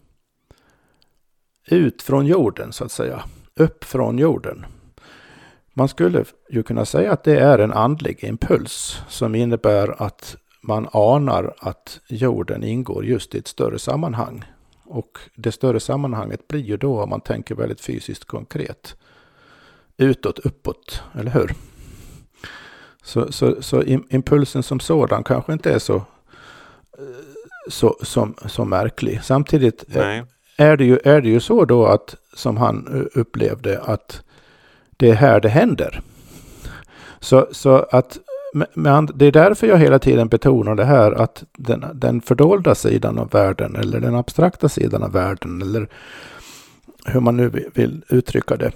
ut från jorden så att säga, upp från jorden? Man skulle ju kunna säga att det är en andlig impuls som innebär att man anar att jorden ingår just i ett större sammanhang. Och det större sammanhanget blir ju då, om man tänker väldigt fysiskt konkret, utåt, uppåt, eller hur? Så impulsen som sådan kanske inte är så märklig. Samtidigt är det ju så då att, som han upplevde, att det är här det händer. Så att det är därför jag hela tiden betonar det här, att den fördolda sidan av världen, eller den abstrakta sidan av världen, eller hur man nu vill uttrycka det,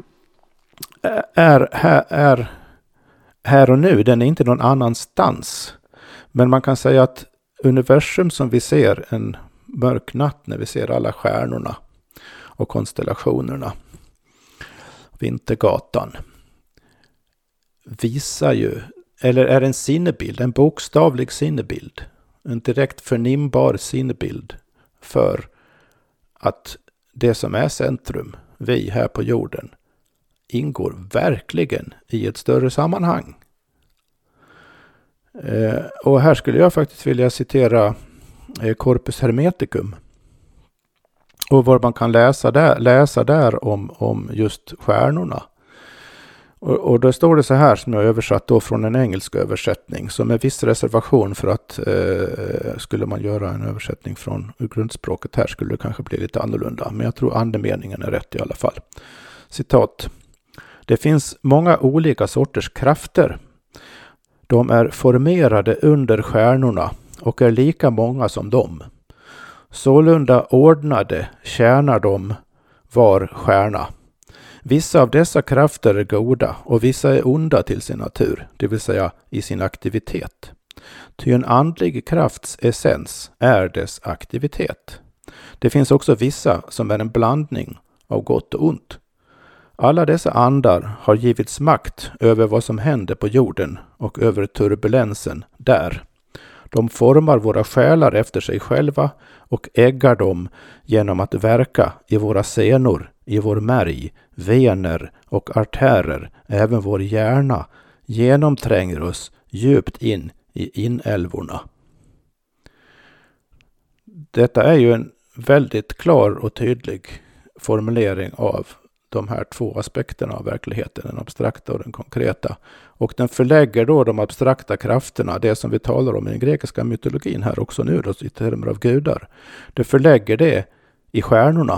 är här och nu. Den är inte någon annanstans. Men man kan säga att universum som vi ser en mörk natt, när vi ser alla stjärnorna och konstellationerna, Vintergatan, visar ju, eller är en sinnebild, en bokstavlig sinnebild, en direkt förnimbar sinnebild för att det som är centrum, vi här på jorden, ingår verkligen i ett större sammanhang. Och här skulle jag faktiskt vilja citera Corpus Hermeticum. Och vad man kan läsa där om just stjärnorna. Och då står det så här som jag översatt då från en engelsk översättning. Som med viss reservation för att skulle man göra en översättning från grundspråket här skulle det kanske bli lite annorlunda. Men jag tror andemeningen är rätt i alla fall. Citat. Det finns många olika sorters krafter. De är formerade under stjärnorna och är lika många som dem. Sålunda ordnade tjänar de var stjärna. Vissa av dessa krafter är goda och vissa är onda till sin natur, det vill säga i sin aktivitet. Ty en andlig krafts essens är dess aktivitet. Det finns också vissa som är en blandning av gott och ont. Alla dessa andar har givits makt över vad som händer på jorden och över turbulensen där. De formar våra själar efter sig själva och äggar dem genom att verka i våra senor, i vår märg, vener och artärer, även vår hjärna, genomtränger oss djupt in i inälvorna. Detta är ju en väldigt klar och tydlig formulering av de här två aspekterna av verkligheten, den abstrakta och den konkreta. Och den förlägger då de abstrakta krafterna, det som vi talar om i den grekiska mytologin här också nu då, i termer av gudar. Det förlägger det i stjärnorna.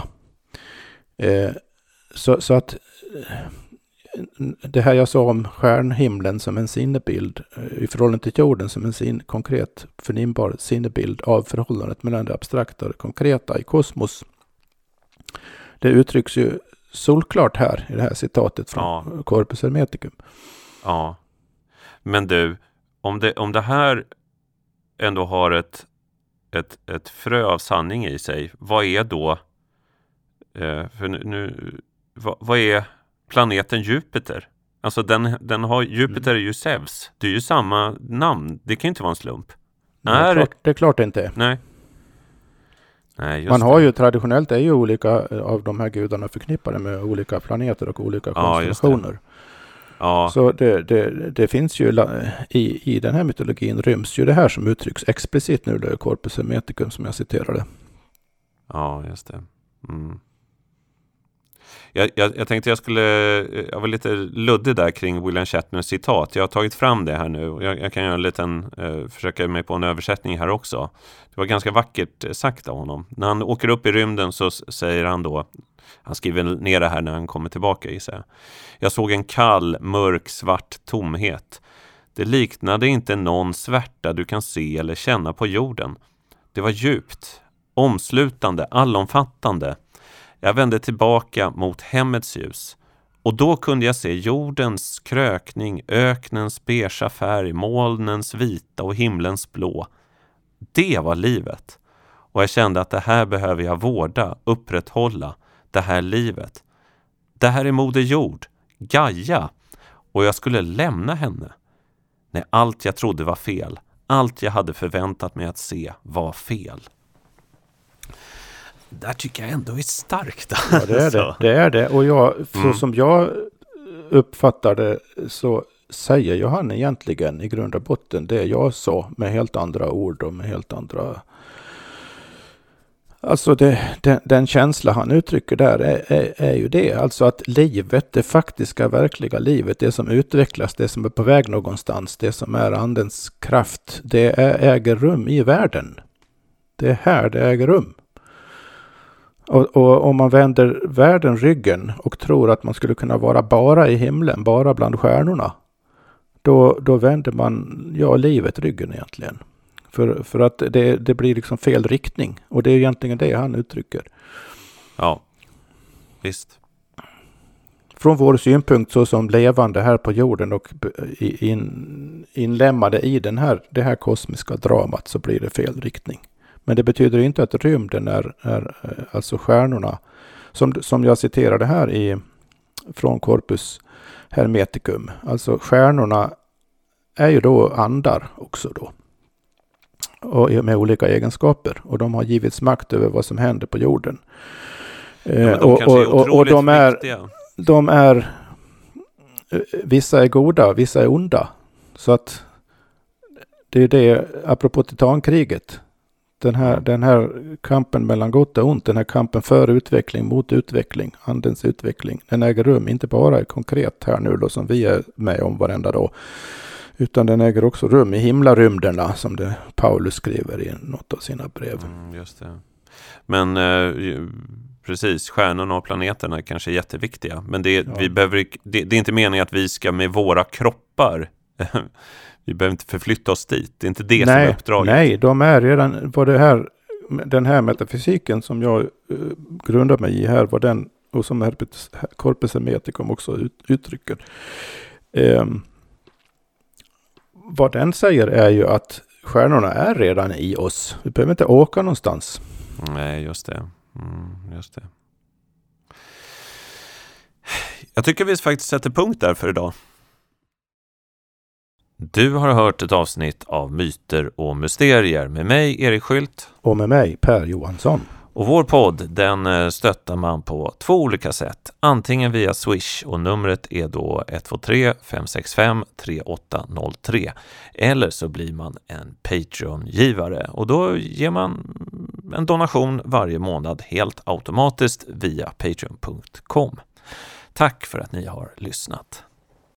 Så att det här jag sa om stjärnhimlen som en sinnebild i förhållande till jorden som en konkret förnimbar sinnebild av förhållandet mellan det abstrakta och det konkreta i kosmos. Det uttrycks ju solklart här i det här citatet från Corpus Hermeticum. Ja, men du, om det här ändå har ett frö av sanning i sig, vad är då vad är planeten Jupiter? Alltså den har Jupiter är ju Zeus. Det är ju samma namn. Det kan inte vara en slump. Nej, det är klart det inte. Nej, just man har ju traditionellt är ju olika av de här gudarna förknippade med olika planeter och olika konstellationer. Ja. Så det finns ju i den här mytologin ryms ju det här som uttrycks explicit nu i Corpus Hermeticum som jag citerade. Ja, just det. Mm. Jag tänkte jag var lite luddig där kring William Shatners citat. Jag har tagit fram det här nu och jag kan göra en liten försöka mig på en översättning här också. Det var ganska vackert sagt av honom. När han åker upp i rymden så säger han då, han skriver ner det här när han kommer tillbaka i sig. Jag såg en kall, mörk, svart tomhet. Det liknade inte någon svärta du kan se eller känna på jorden. Det var djupt, omslutande, allomfattande. Jag vände tillbaka mot hemmets ljus och då kunde jag se jordens krökning, öknens beige färg, molnens vita och himlens blå. Det var livet. Och jag kände att det här behöver jag vårda, upprätthålla, det här livet. Det här är moder jord, Gaia, och jag skulle lämna henne. När allt jag trodde var fel, allt jag hade förväntat mig att se var fel. Där tycker jag ändå är starkt. Ja, det är det. Och så som jag uppfattar det så säger ju han egentligen i grund och botten det jag sa med helt andra ord och med helt andra... Alltså den känsla han uttrycker där är ju det. Alltså att livet, det faktiska, verkliga livet, det som utvecklas, det som är på väg någonstans, det som är andens kraft, det äger rum i världen. Det är här det äger rum. Och om man vänder världen ryggen och tror att man skulle kunna vara bara i himlen, bara bland stjärnorna, då vänder man livet ryggen egentligen. För att det blir liksom fel riktning. Och det är egentligen det han uttrycker. Ja, visst. Från vår synpunkt så som levande här på jorden och inlämnade i det här kosmiska dramat så blir det fel riktning. Men det betyder inte att rymden är alltså stjärnorna. Som jag citerade här från Corpus Hermeticum. Alltså stjärnorna är ju då andar också då. Och med olika egenskaper. Och de har givits makt över vad som händer på jorden. Och de är vissa är goda, vissa är onda. Så att det är det, apropå titankriget. Den här kampen mellan gott och ont, den här kampen för utveckling mot utveckling, andens utveckling, den äger rum inte bara konkret här nu då som vi är med om varenda dag, utan den äger också rum i himlarymderna som det Paulus skriver i något av sina brev. Just det. Men precis, stjärnorna och planeterna är kanske jätteviktiga, men det är inte meningen att vi ska med våra kroppar vi behöver inte förflytta oss dit. Det är inte det som är uppdraget. Nej, de är redan på den här metafysiken som jag grundar mig i här, var den, och som Corpus Hermeticum också uttrycker. Vad den säger är ju att stjärnorna är redan i oss. Vi behöver inte åka någonstans. Nej, just det. Just det. Jag tycker vi faktiskt sätter punkt där för idag. Du har hört ett avsnitt av Myter och mysterier med mig, Erik Skylt. Och med mig, Per Johansson. Och vår podd, den stöttar man på 2 olika sätt. Antingen via Swish, och numret är då 123 565 3803. Eller så blir man en Patreon-givare. Och då ger man en donation varje månad helt automatiskt via patreon.com. Tack för att ni har lyssnat.